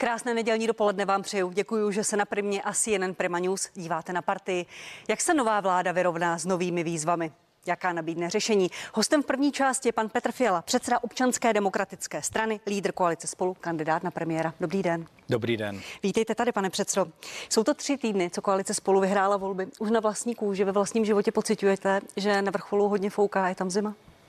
Krásné nedělní dopoledne vám přeju. Děkuji, že se na Primě a CNN Prima News díváte na Partii. Jak se nová vláda vyrovná s novými výzvami? Jaká nabídne řešení? Hostem v první části je pan Petr Fiala, předseda Občanské demokratické strany, lídr koalice Spolu, kandidát na premiéra. Dobrý den. Dobrý den. Vítejte tady, pane předsedo. Jsou to 3 týdny, co koalice Spolu vyhrála volby. Už na vlastní kůži, ve vlastním životě pociťujete, že na vrcholu hodně fouká, je tam zima?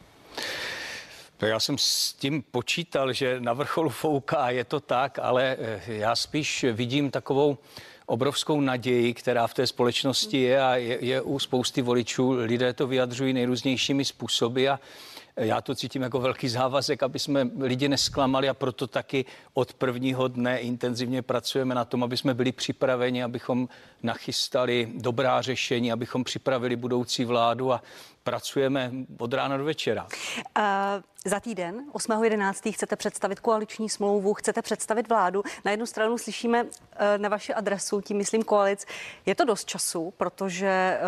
Já jsem s tím počítal, že na vrcholu fouká, je to tak, ale já spíš vidím takovou obrovskou naději, která v té společnosti je a je u spousty voličů. Lidé to vyjadřují nejrůznějšími způsoby a já to cítím jako velký závazek, aby jsme lidi nesklamali a proto taky od prvního dne intenzivně pracujeme na tom, aby jsme byli připraveni, abychom nachystali dobrá řešení, abychom připravili budoucí vládu a pracujeme od rána do večera. Za týden, 8.11. chcete představit koaliční smlouvu, chcete představit vládu. Na jednu stranu slyšíme na vaši adresu, tím myslím koalic, je to dost času, protože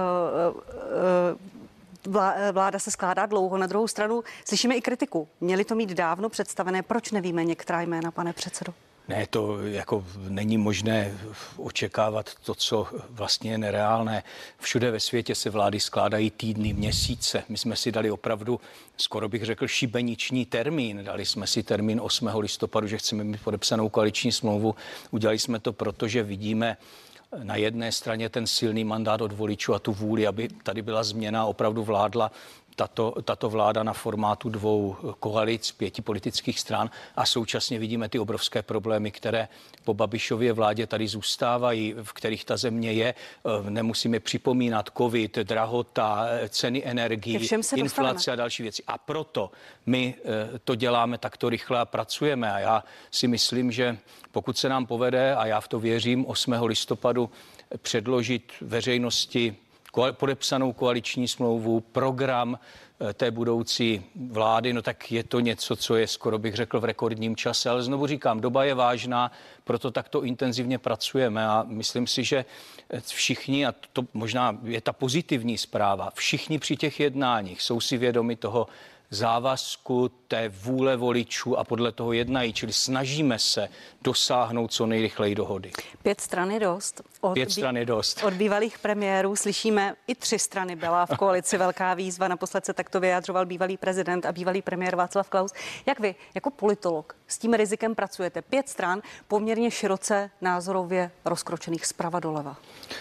vláda se skládá dlouho. Na druhou stranu slyšíme i kritiku. Měli to mít dávno představené. Proč nevíme některá jména, pane předsedo? Ne, to jako není možné očekávat to, co vlastně je nereálné. Všude ve světě se vlády skládají týdny, měsíce. My jsme si dali opravdu, skoro bych řekl, šibeniční termín. Dali jsme si termín 8. listopadu, že chceme mít podepsanou koaliční smlouvu. Udělali jsme to, protože vidíme na jedné straně ten silný mandát od voličů a tu vůli, aby tady byla změna, opravdu vládla tato vláda na formátu 2 koalic, 5 politických stran a současně vidíme ty obrovské problémy, které po Babišově vládě tady zůstávají, v kterých ta země je. Nemusíme připomínat covid, drahota, ceny energií, inflace a další věci. A proto my to děláme takto rychle a pracujeme. A já si myslím, že pokud se nám povede, a já v to věřím, 8. listopadu předložit veřejnosti podepsanou koaliční smlouvu, program té budoucí vlády, no tak je to něco, co je skoro bych řekl v rekordním čase. Ale znovu říkám, doba je vážná, proto takto intenzivně pracujeme a myslím si, že všichni, a to možná je ta pozitivní zpráva, všichni při těch jednáních jsou si vědomi toho závazku, té vůle voličů a podle toho jednají, čili snažíme se dosáhnout co nejrychleji dohody. 5 stran je dost. 5 stran je dost. Od bývalých premiérů slyšíme, i 3 strany byla v koalici velká výzva. Naposled se takto vyjadřoval bývalý prezident a bývalý premiér Václav Klaus. Jak vy, jako politolog, s tím rizikem pracujete? 5 stran poměrně široce názorově rozkročených zprava doleva.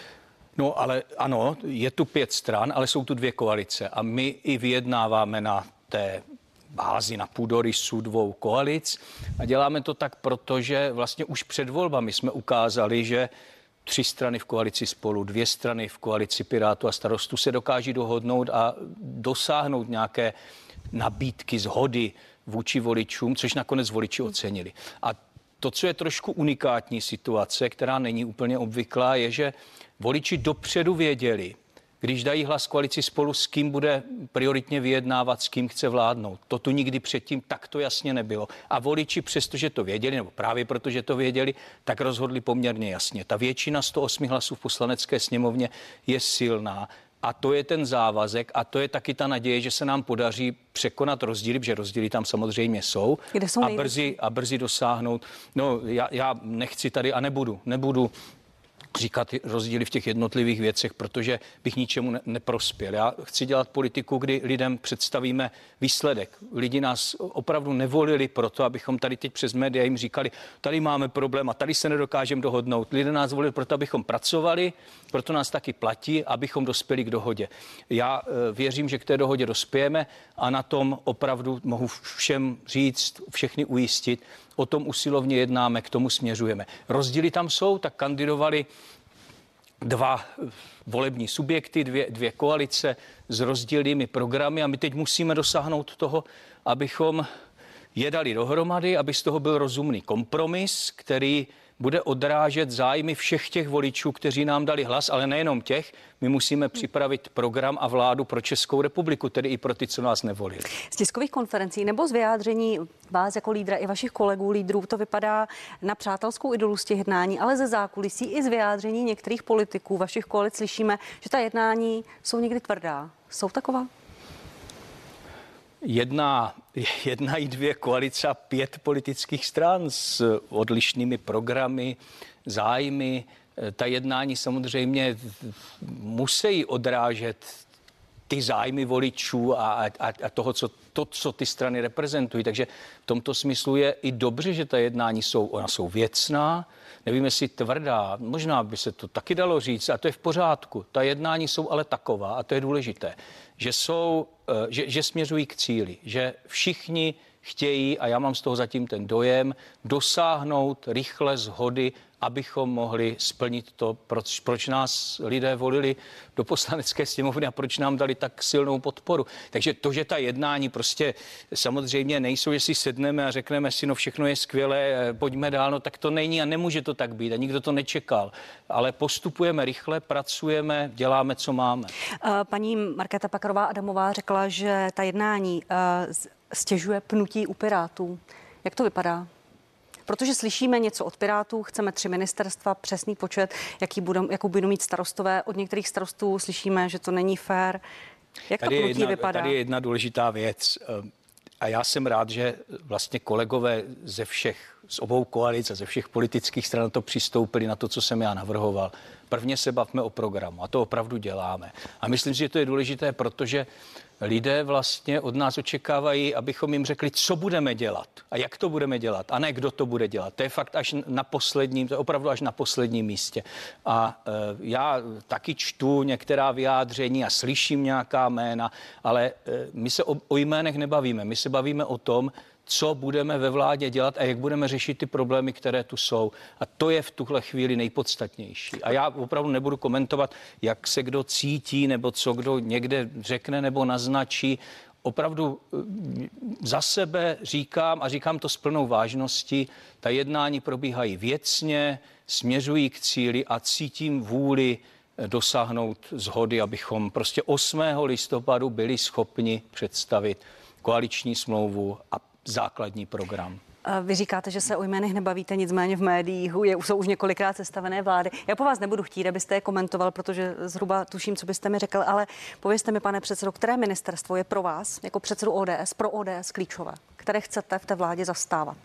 No ale ano, je tu 5 stran, ale jsou tu 2 koalice a my i vyjednáváme na té bázi, na půdorysu 2 koalic a děláme to tak, protože vlastně už před volbami jsme ukázali, že 3 strany v koalici Spolu, 2 strany v koalici Pirátů a Starostů se dokáží dohodnout a dosáhnout nějaké nabídky, shody vůči voličům, což nakonec voliči ocenili. A to, co je trošku unikátní situace, která není úplně obvyklá, je, že voliči dopředu věděli, když dají hlas koalici Spolu, s kým bude prioritně vyjednávat, s kým chce vládnout. To tu nikdy předtím takto jasně nebylo. A voliči, přestože to věděli, nebo právě protože to věděli, tak rozhodli poměrně jasně. Ta většina 108 hlasů v poslanecké sněmovně je silná. A to je ten závazek a to je taky ta naděje, že se nám podaří překonat rozdíly, protože rozdíly tam samozřejmě jsou. Kde jsou a brzy dosáhnout. No, já nechci tady a nebudu říkat rozdíly v těch jednotlivých věcech, protože bych ničemu neprospěl. Já chci dělat politiku, kdy lidem představíme výsledek. Lidi nás opravdu nevolili proto, abychom tady teď přes média jim říkali, tady máme problém a tady se nedokážeme dohodnout. Lidé nás volili proto, abychom pracovali, proto nás taky platí, abychom dospěli k dohodě. Já věřím, že k té dohodě dospějeme a na tom opravdu mohu všem říct, všechny ujistit. O tom usilovně jednáme, k tomu směřujeme. Rozdíly tam jsou, tak kandidovali 2 volební subjekty, 2 koalice s rozdílnými programy a my teď musíme dosáhnout toho, abychom je dali dohromady, aby z toho byl rozumný kompromis, který bude odrážet zájmy všech těch voličů, kteří nám dali hlas, ale nejenom těch. My musíme připravit program a vládu pro Českou republiku, tedy i pro ty, co nás nevolili. Z tiskových konferencí nebo z vyjádření vás jako lídra i vašich kolegů lídrů to vypadá na přátelskou idyllu z těch jednání, ale ze zákulisí i z vyjádření některých politiků vašich koalic slyšíme, že ta jednání jsou někdy tvrdá. Jsou taková? jedna i dvě koalice a 5 politických stran s odlišnými programy, zájmy. Ta jednání samozřejmě musí odrážet ty zájmy voličů a toho, co ty strany reprezentují. Takže v tomto smyslu je i dobře, že ta jednání jsou věcná, nevím, jestli tvrdá, možná by se to taky dalo říct, a to je v pořádku. Ta jednání jsou ale taková, a to je důležité, že směřují k cíli, že všichni chtějí, a já mám z toho zatím ten dojem, dosáhnout rychle shody, abychom mohli splnit to, proč nás lidé volili do Poslanecké sněmovny a proč nám dali tak silnou podporu. Takže to, že ta jednání prostě samozřejmě nejsou, jestli sedneme a řekneme si, no všechno je skvělé, pojďme dál, no tak to není a nemůže to tak být a nikdo to nečekal. Ale postupujeme rychle, pracujeme, děláme, co máme. Paní Markéta Pekarová Adamová řekla, že ta jednání stěžuje pnutí u Pirátů. Jak to vypadá? Protože slyšíme něco od Pirátů, chceme 3 ministerstva, přesný počet, jakou budou mít starostové. Od některých starostů slyšíme, že to není fér. Jak to pnutí vypadá? Tady je jedna důležitá věc. A já jsem rád, že vlastně kolegové z obou koalic a ze všech politických stran to přistoupili na to, co jsem já navrhoval. Prvně se bavme o programu a to opravdu děláme. A myslím si, že to je důležité, protože lidé vlastně od nás očekávají, abychom jim řekli, co budeme dělat a jak to budeme dělat a ne kdo to bude dělat. To je fakt až na posledním, to je opravdu až na posledním místě. A já taky čtu některá vyjádření a slyším nějaká jména, ale my se o jménech nebavíme. My se bavíme o tom, co budeme ve vládě dělat a jak budeme řešit ty problémy, které tu jsou. A to je v tuhle chvíli nejpodstatnější. A já opravdu nebudu komentovat, jak se kdo cítí, nebo co kdo někde řekne nebo naznačí. Opravdu za sebe říkám, a říkám to s plnou vážností, ta jednání probíhají věcně, směřují k cíli a cítím vůli dosáhnout shody, abychom prostě 8. listopadu byli schopni představit koaliční smlouvu a základní program. Vy říkáte, že se o jménech nebavíte, nicméně v médiích jsou už několikrát sestavené vlády. Já po vás nebudu chtít, abyste je komentoval, protože zhruba tuším, co byste mi řekl, ale povězte mi, pane předsedo, které ministerstvo je pro vás, jako předsedu ODS, pro ODS klíčové, které chcete v té vládě zastávat?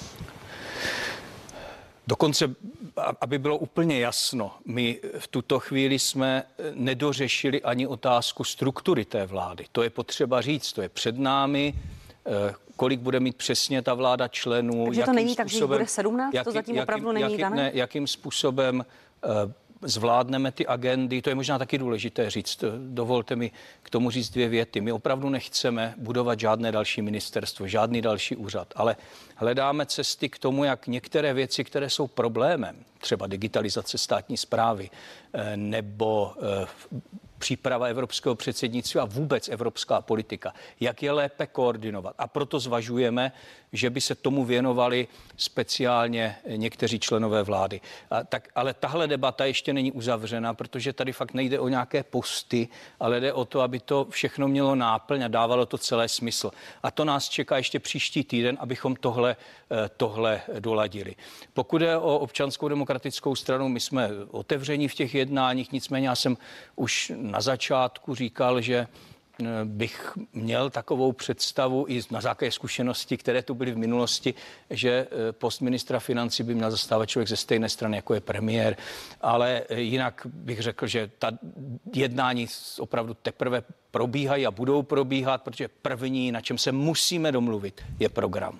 Dokonce, aby bylo úplně jasno, my v tuto chvíli jsme nedořešili ani otázku struktury té vlády. To je potřeba říct, to je před námi. Kolik bude mít přesně ta vláda členů. Takže to není tak, že jich bude 17? To zatím opravdu není dané? Jakým způsobem zvládneme ty agendy, to je možná taky důležité říct. Dovolte mi k tomu říct 2 věty. My opravdu nechceme budovat žádné další ministerstvo, žádný další úřad, ale hledáme cesty k tomu, jak některé věci, které jsou problémem, třeba digitalizace státní správy nebo příprava evropského předsednictví a vůbec evropská politika, jak je lépe koordinovat. A proto zvažujeme, že by se tomu věnovali speciálně někteří členové vlády. Ale tahle debata ještě není uzavřena, protože tady fakt nejde o nějaké posty, ale jde o to, aby to všechno mělo náplň a dávalo to celé smysl. A to nás čeká ještě příští týden, abychom tohle doladili. Pokud je o Občanskou demokratickou stranu, my jsme otevření v těch jednáních, nicméně já jsem už na začátku říkal, že bych měl takovou představu i na základě zkušeností, které tu byly v minulosti, že post ministra financí by měl zastávat člověk ze stejné strany, jako je premiér, ale jinak bych řekl, že ta jednání opravdu teprve probíhají a budou probíhat, protože první, na čem se musíme domluvit, je program.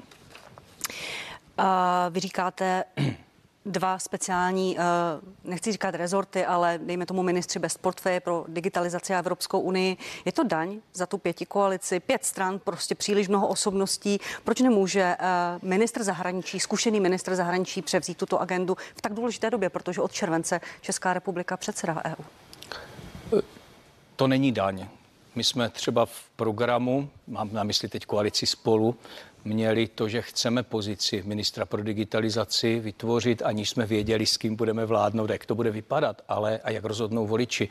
Vy říkáte 2 speciální, nechci říkat rezorty, ale dejme tomu ministři bez portfeje pro digitalizaci a Evropskou unii. Je to daň za tu 5 koalici, 5 stran, prostě příliš mnoho osobností. Proč nemůže ministr zahraničí, zkušený ministr zahraničí převzít tuto agendu v tak důležité době, protože od července Česká republika předsedá EU? To není daň. My jsme třeba v programu, mám na mysli teď koalici Spolu, měli to, že chceme pozici ministra pro digitalizaci vytvořit, aniž jsme věděli, s kým budeme vládnout, jak to bude vypadat, ale a jak rozhodnou voliči.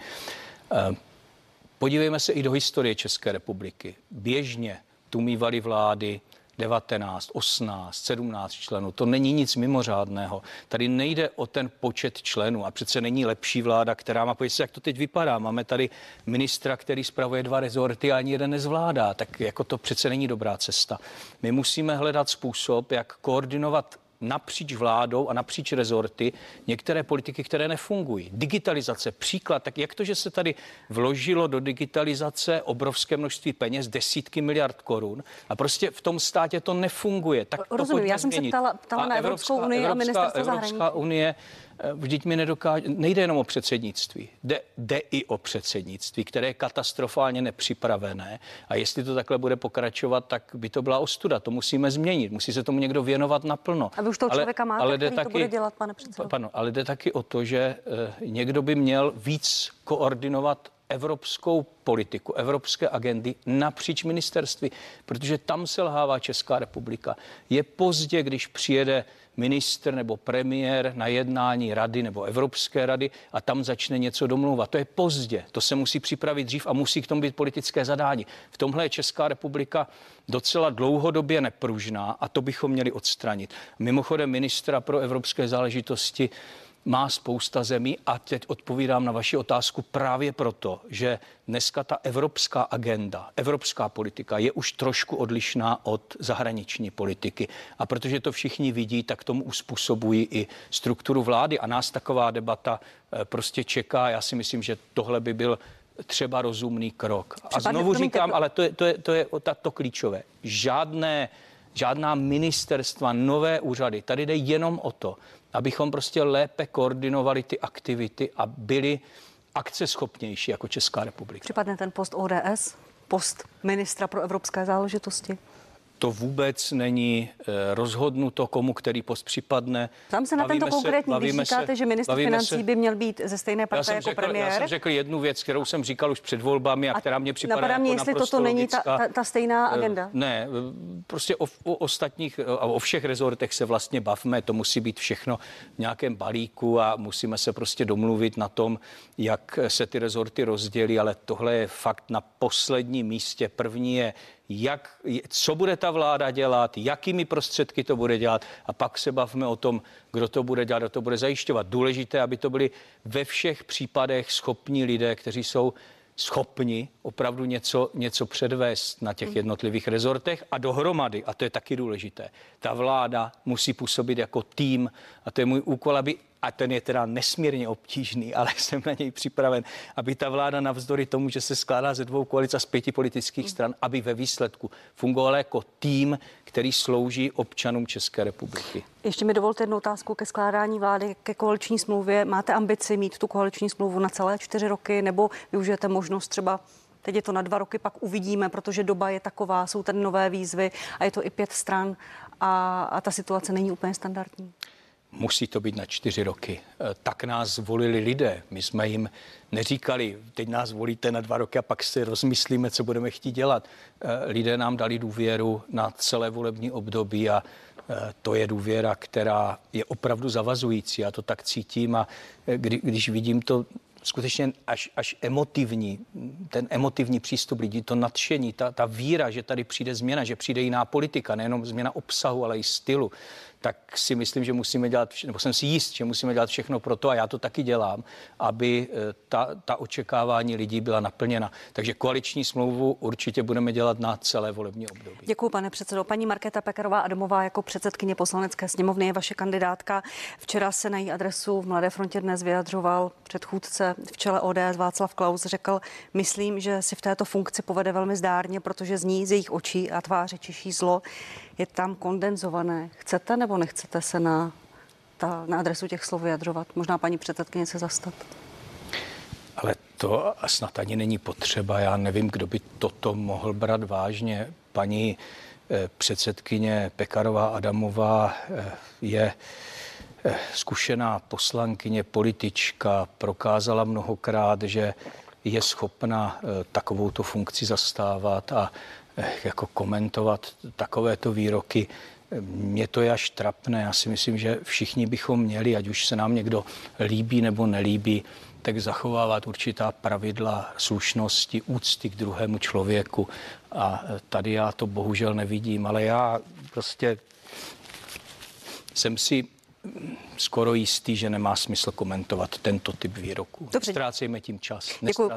Podívejme se i do historie České republiky. Běžně tu mývaly vlády 19, 18, 17 členů. To není nic mimořádného. Tady nejde o ten počet členů a přece není lepší vláda, která má, podívejte se, jak to teď vypadá. Máme tady ministra, který spravuje 2 rezorty a ani jeden nezvládá. Tak jako to přece není dobrá cesta. My musíme hledat způsob, jak koordinovat napříč vládou a napříč rezorty některé politiky, které nefungují. Digitalizace, příklad, tak jak to, že se tady vložilo do digitalizace obrovské množství peněz, desítky miliard korun a prostě v tom státě to nefunguje. Tak to rozumím, já jsem se ptala na Evropskou unii a ministerstvo zahraničí. Evropská unie, vždyť mi nejde jenom o předsednictví, jde i o předsednictví, které je katastrofálně nepřipravené a jestli to takhle bude pokračovat, tak by to byla ostuda, to musíme změnit, musí se tomu někdo věnovat naplno. A vy už toho člověka máte, který to bude dělat, pane předsedo? Ale jde taky o to, že někdo by měl víc koordinovat evropskou politiku, evropské agendy napříč ministerství, protože tam selhává Česká republika. Je pozdě, když přijede ministr nebo premiér na jednání rady nebo Evropské rady a tam začne něco domlouvat. To je pozdě, to se musí připravit dřív a musí k tomu být politické zadání. V tomhle je Česká republika docela dlouhodobě nepružná a to bychom měli odstranit. Mimochodem ministra pro evropské záležitosti má spousta zemí a teď odpovídám na vaši otázku právě proto, že dneska ta evropská agenda, evropská politika je už trošku odlišná od zahraniční politiky. A protože to všichni vidí, tak tomu uspůsobují i strukturu vlády a nás taková debata prostě čeká. Já si myslím, že tohle by byl třeba rozumný krok. A znovu říkám, ale to je to klíčové. Žádná ministerstva, nové úřady. Tady jde jenom o to, abychom prostě lépe koordinovali ty aktivity a byli akceschopnější jako Česká republika. Připadne ten post ODS, post ministra pro evropské záležitosti? To vůbec není rozhodnuto, komu který post připadne. Tam se na tento konkrétní, když říkáte, že ministr financí by měl být ze stejné partaje jako premiér. Já jsem řekl jednu věc, kterou jsem říkal už před volbami a která mě připadá napadá mě, jako jestli naprosto toto není logická. ta stejná agenda. Ne, prostě o ostatních, o všech rezortech se vlastně bavme, to musí být všechno v nějakém balíku a musíme se prostě domluvit na tom, jak se ty rezorty rozdělí, ale tohle je fakt na posledním místě. První je, co bude ta vláda dělat, jakými prostředky to bude dělat a pak se bavme o tom, kdo to bude dělat, kdo to bude zajišťovat. Důležité, aby to byli ve všech případech schopní lidé, kteří jsou schopni opravdu něco předvést na těch jednotlivých rezortech a dohromady, a to je taky důležité. Ta vláda musí působit jako tým a to je můj úkol, a ten je teda nesmírně obtížný, ale jsem na něj připraven, aby ta vláda navzdory tomu, že se skládá ze 2 koalic a z 5 politických stran, aby ve výsledku fungovala jako tým, který slouží občanům České republiky. Ještě mi dovolte jednu otázku ke skládání vlády, ke koaliční smlouvě. Máte ambici mít tu koaliční smlouvu na celé 4 roky, nebo využijete možnost třeba, teď je to na 2 roky, pak uvidíme, protože doba je taková, jsou tady nové výzvy a je to i 5 stran a ta situace není úplně standardní? Musí to být na 4 roky. Tak nás volili lidé. My jsme jim neříkali, teď nás volíte na 2 roky a pak si rozmyslíme, co budeme chtít dělat. Lidé nám dali důvěru na celé volební období a to je důvěra, která je opravdu zavazující. Já to tak cítím a když vidím to skutečně až emotivní, ten emotivní přístup lidí, to nadšení, ta víra, že tady přijde změna, že přijde jiná politika, nejenom změna obsahu, ale i stylu, tak si myslím, že musíme dělat, nebo jsem si jist, že musíme dělat všechno pro to, a já to taky dělám, aby ta očekávání lidí byla naplněna. Takže koaliční smlouvu určitě budeme dělat na celé volební období. Děkuji, pane předsedo. Paní Markéta Pekarová Adamová jako předsedkyně Poslanecké sněmovny je vaše kandidátka. Včera se na její adresu v Mladé frontě dnes vyjadřoval předchůdce v čele ODS Václav Klaus. Řekl, myslím, že si v této funkci povede velmi zdárně, protože z ní, z jejich očí a tváře čiší zlo. Je tam kondenzované. Chcete nebo nechcete se na adresu těch slov vyjadřovat? Možná paní předsedkyně se zastat. Ale to snad ani není potřeba. Já nevím, kdo by toto mohl brát vážně. Paní předsedkyně Pekarová Adamová je zkušená poslankyně, politička, prokázala mnohokrát, že je schopna takovouto funkci zastávat a jako komentovat takovéto výroky. Mně to je až trapné. Já si myslím, že všichni bychom měli, ať už se nám někdo líbí nebo nelíbí, tak zachovávat určitá pravidla slušnosti, úcty k druhému člověku. A tady já to bohužel nevidím, ale já prostě jsem si skoro jistý, že nemá smysl komentovat tento typ výroků. Nestrácejme tím čas.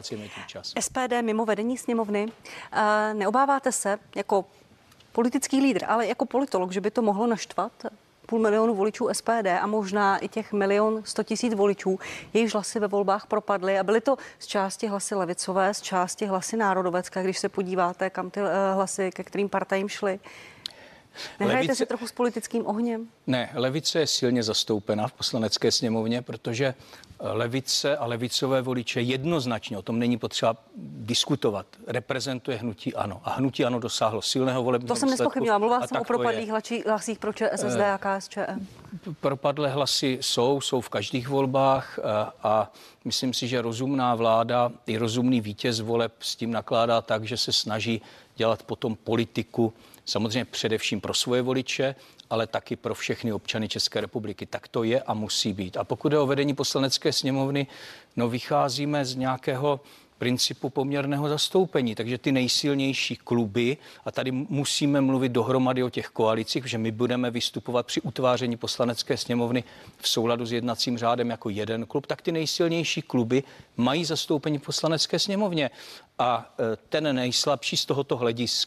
SPD mimo vedení sněmovny. Neobáváte se jako politický lídr, ale jako politolog, že by to mohlo naštvat 500 000 voličů SPD a možná i těch 1 100 000 voličů, jejichž hlasy ve volbách propadly a byly to z části hlasy levicové, z části hlasy národovecké, když se podíváte, kam ty hlasy, ke kterým partajím šly. Nehrajete si trochu s politickým ohněm? Ne, levice je silně zastoupena v Poslanecké sněmovně, protože levice a levicové voliče jednoznačně, o tom není potřeba diskutovat, reprezentuje hnutí ANO. A hnutí ANO dosáhlo silného volebního výsledku. To jsem nespochybnila, mluvila jsem o propadlých hlasích pro ČSSD a KSČM. Propadlé hlasy jsou v každých volbách a myslím si, že rozumná vláda i rozumný vítěz voleb s tím nakládá tak, že se snaží dělat potom politiku samozřejmě především pro svoje voliče, ale taky pro všechny občany České republiky. Tak to je a musí být. A pokud je o vedení Poslanecké sněmovny, vycházíme z nějakého principu poměrného zastoupení. Takže ty nejsilnější kluby, a tady musíme mluvit dohromady o těch koalicích, že my budeme vystupovat při utváření Poslanecké sněmovny v souladu s jednacím řádem jako jeden klub, tak ty nejsilnější kluby mají zastoupení v Poslanecké sněmovně. A ten nejslabší z tohoto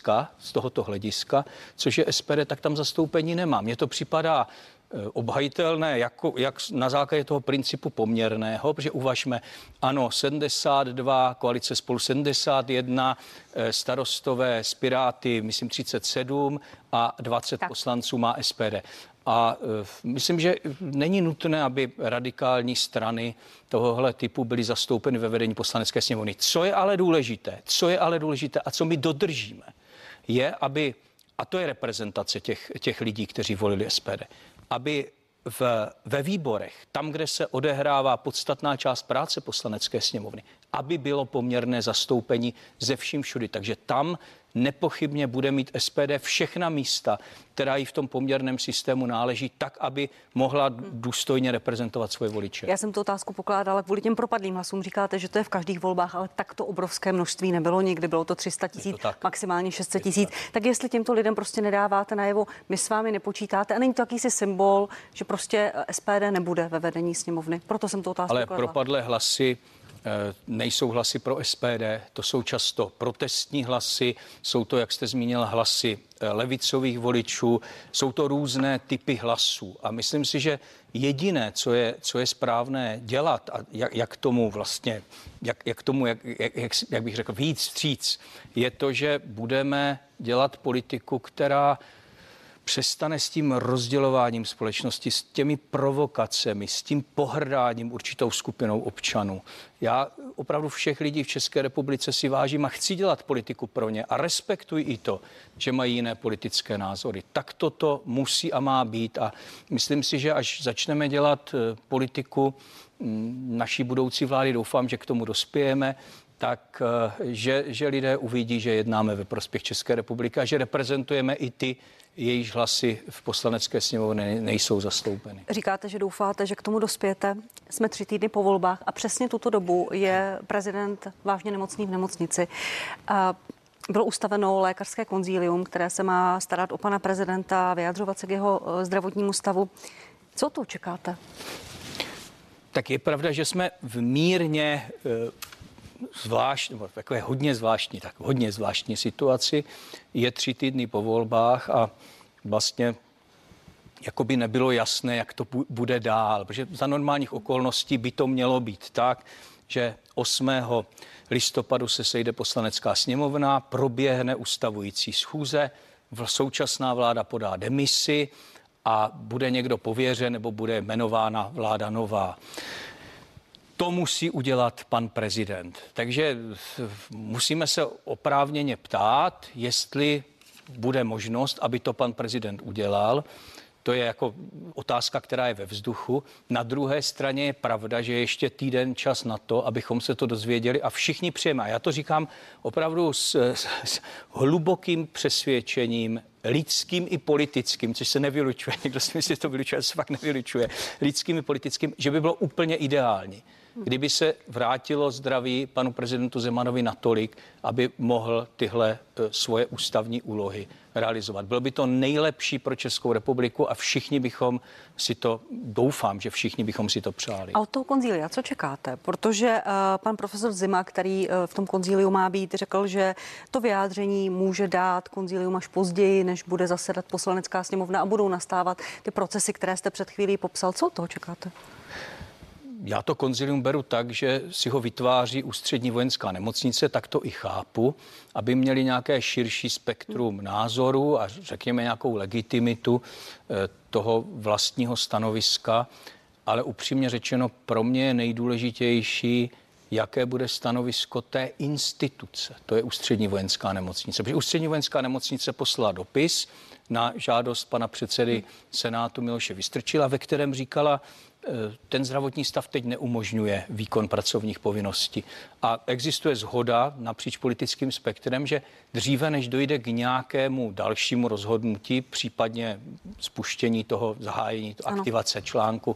hlediska, což je SPD, tak tam zastoupení nemá. Mně to připadá obhajitelné jak na základě toho principu poměrného, protože uvažme, ano, 72, koalice Spolu 71, Starostové s Piráty, myslím 37 a 20 poslanců má SPD. A myslím, že není nutné, aby radikální strany tohohle typu byly zastoupeny ve vedení Poslanecké sněmovny. Co je ale důležité a co my dodržíme, je, aby, a to je reprezentace těch lidí, kteří volili SPD, aby ve výborech, tam, kde se odehrává podstatná část práce Poslanecké sněmovny, aby bylo poměrné zastoupení ze vším všudy. Takže tam nepochybně bude mít SPD všechna místa, která jí v tom poměrném systému náleží, tak, aby mohla důstojně reprezentovat svoje voliče. Já jsem tu otázku pokládala kvůli těm propadlým hlasům. Říkáte, že to je v každých volbách, ale takto obrovské množství nebylo nikdy. Bylo to 300 000, maximálně 600 000. Tak jestli těmto lidem prostě nedáváte najevo, my s vámi nepočítáte a není to jakýsi symbol, že prostě SPD nebude ve vedení sněmovny. Proto jsem tu otázku pokládala. Ale pokladala. propadlé hlasy nejsou hlasy pro SPD, to jsou často protestní hlasy, jsou to, jak jste zmínil, hlasy levicových voličů, jsou to různé typy hlasů. A myslím si, že jediné, co je správné dělat a jak tomu vlastně, jak bych řekl, víc vstříc, je to, že budeme dělat politiku, která přestane s tím rozdělováním společnosti, s těmi provokacemi, s tím pohrdáním určitou skupinou občanů. Já opravdu všech lidí v České republice si vážím a chci dělat politiku pro ně a respektuji i to, že mají jiné politické názory. Tak toto musí a má být a myslím si, že až začneme dělat politiku naší budoucí vlády, doufám, že k tomu dospějeme, tak že lidé uvidí, že jednáme ve prospěch České republiky a že reprezentujeme i ty, jejíž hlasy v Poslanecké sněmovně nejsou zastoupeny. Říkáte, že doufáte, že k tomu dospějete. Jsme 3 týdny po volbách a přesně tuto dobu je prezident vážně nemocný v nemocnici. Bylo ustaveno lékařské konzílium, které se má starat o pana prezidenta, vyjadřovat se k jeho zdravotnímu stavu. Co to čekáte? Tak je pravda, že jsme v mírně takové hodně zvláštní situaci. Je 3 týdny po volbách a vlastně jakoby nebylo jasné, jak to bude dál, protože za normálních okolností by to mělo být tak, že 8. listopadu se sejde Poslanecká sněmovna, proběhne ustavující schůze, současná vláda podá demisi a bude někdo pověřen nebo bude jmenována vláda nová. To musí udělat pan prezident. Takže musíme se oprávněně ptát, jestli bude možnost, aby to pan prezident udělal. To je jako otázka, která je ve vzduchu. Na druhé straně je pravda, že je ještě týden čas na to, abychom se to dozvěděli a všichni přijeme. A já to říkám opravdu s hlubokým přesvědčením, lidským i politickým, což se nevylučuje. Někdo si myslí, že to vylučuje, se fakt nevylučuje. Lidským i politickým, že by bylo úplně ideální, kdyby se vrátilo zdraví panu prezidentu Zemanovi natolik, aby mohl tyhle svoje ústavní úlohy realizovat. Bylo by to nejlepší pro Českou republiku a všichni bychom si to, doufám, že všichni bychom si to přáli. A od toho konzília co čekáte? Protože pan profesor Zima, který v tom konzíliu má být, řekl, že to vyjádření může dát konzílium až později, než bude zasedat Poslanecká sněmovna a budou nastávat ty procesy, které jste před chvílí popsal. Co od toho čekáte? Já to konzilium beru tak, že si ho vytváří Ústřední vojenská nemocnice, tak to i chápu, aby měli nějaké širší spektrum názorů a řekněme nějakou legitimitu toho vlastního stanoviska, ale upřímně řečeno pro mě je nejdůležitější, jaké bude stanovisko té instituce. To je Ústřední vojenská nemocnice. Protože Ústřední vojenská nemocnice poslala dopis na žádost pana předsedy Senátu Miloše Vystrčila, ve kterém říkala, ten zdravotní stav teď neumožňuje výkon pracovních povinností. A existuje shoda napříč politickým spektrem, že dříve, než dojde k nějakému dalšímu rozhodnutí, případně spuštění toho zahájení, aktivace článku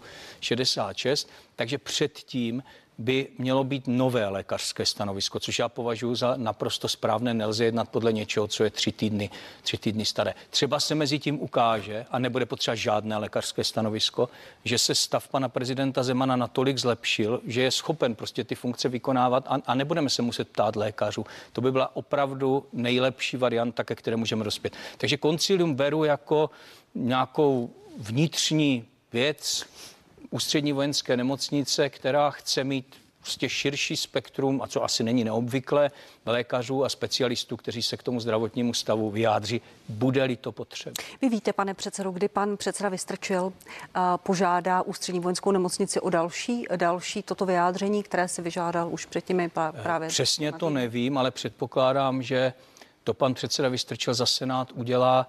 66, takže předtím by mělo být nové lékařské stanovisko, což já považuji za naprosto správné. Nelze jednat podle něčeho, co je 3 týdny staré. Třeba se mezi tím ukáže, a nebude potřeba žádné lékařské stanovisko, že se stav pana prezidenta Zemana natolik zlepšil, že je schopen prostě ty funkce vykonávat a nebudeme se muset ptát lékařů. To by byla opravdu nejlepší varianta, ke které můžeme dospět. Takže koncilium beru jako nějakou vnitřní věc Ústřední vojenské nemocnice, která chce mít prostě širší spektrum, a co asi není neobvyklé, lékařů a specialistů, kteří se k tomu zdravotnímu stavu vyjádří, bude-li to potřeba. Vy víte, pane předsedo, kdy pan předseda Vystrčil požádá Ústřední vojenskou nemocnici o další toto vyjádření, které si vyžádal už předtím právě? Přesně to nevím, ale předpokládám, že to pan předseda Vystrčil za Senát udělá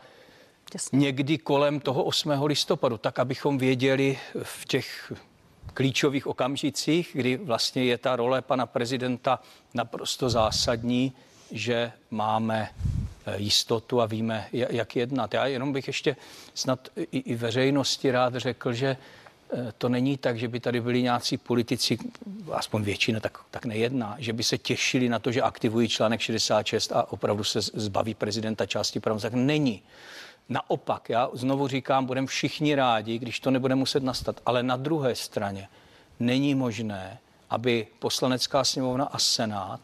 někdy kolem toho 8. listopadu, tak abychom věděli v těch klíčových okamžicích, kdy vlastně je ta role pana prezidenta naprosto zásadní, že máme jistotu a víme, jak jednat. Já jenom bych ještě snad i veřejnosti rád řekl, že to není tak, že by tady byli nějací politici, aspoň většina tak nejedná, že by se těšili na to, že aktivují článek 66 a opravdu se zbaví prezidenta části pravomocí. Tak není. Naopak, já znovu říkám, budeme všichni rádi, když to nebude muset nastat, ale na druhé straně není možné, aby Poslanecká sněmovna a Senát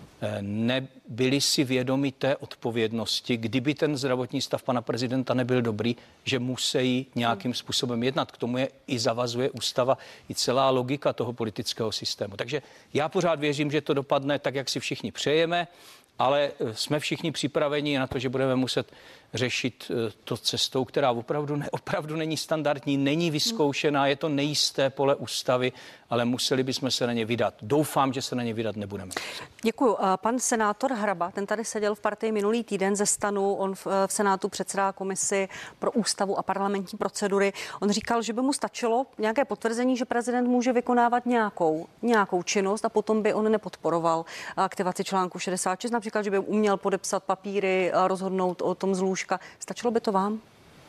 nebyli si vědomi té odpovědnosti, kdyby ten zdravotní stav pana prezidenta nebyl dobrý, že musí nějakým způsobem jednat. K tomu je i zavazuje ústava, i celá logika toho politického systému. Takže já pořád věřím, že to dopadne tak, jak si všichni přejeme, ale jsme všichni připraveni na to, že budeme muset řešit to cestou, která opravdu není standardní, není vyzkoušená, je to nejisté pole ústavy, ale museli bychom se na ně vydat. Doufám, že se na ně vydat nebudeme. Děkuju. Pan senátor Hraba, ten tady seděl v partii minulý týden ze STANu, on v Senátu předsedá komisi pro ústavu a parlamentní procedury. On říkal, že by mu stačilo nějaké potvrzení, že prezident může vykonávat nějakou činnost a potom by on nepodporoval aktivaci článku 66, například, že by uměl podepsat papíry a rozhodnout o tom z lůžka. Stačilo by to vám?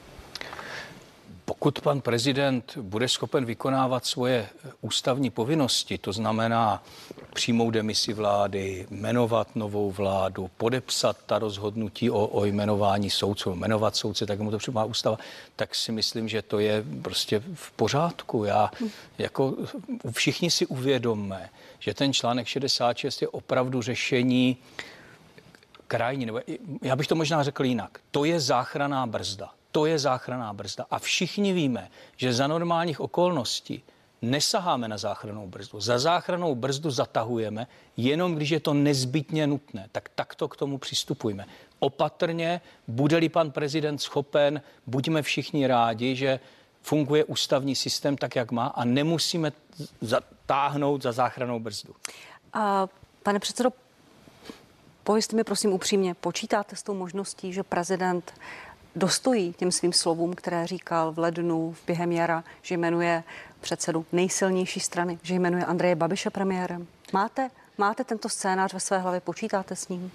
Pokud pan prezident bude schopen vykonávat svoje ústavní povinnosti, to znamená přijmout demisi vlády, jmenovat novou vládu, podepsat ta rozhodnutí o jmenování soudců, jmenovat soudce, tak mu to přijmá ústava, tak si myslím, že to je prostě v pořádku. Všichni si uvědomme, že ten článek 66 je opravdu řešení krajní, nebo já bych to možná řekl jinak. To je záchranná brzda. To je záchranná brzda. A všichni víme, že za normálních okolností nesaháme na záchrannou brzdu. Za záchrannou brzdu zatahujeme, jenom když je to nezbytně nutné. Tak takto k tomu přistupujme. Opatrně, bude-li pan prezident schopen, buďme všichni rádi, že funguje ústavní systém tak, jak má a nemusíme zatáhnout za záchrannou brzdu. Pane předsedo, pojďte mi prosím upřímně, počítáte s tou možností, že prezident dostojí těm svým slovům, které říkal v lednu, během jara, že jmenuje předsedu nejsilnější strany, že jmenuje Andreje Babiše premiérem? Máte tento scénář ve své hlavě, počítáte s ním?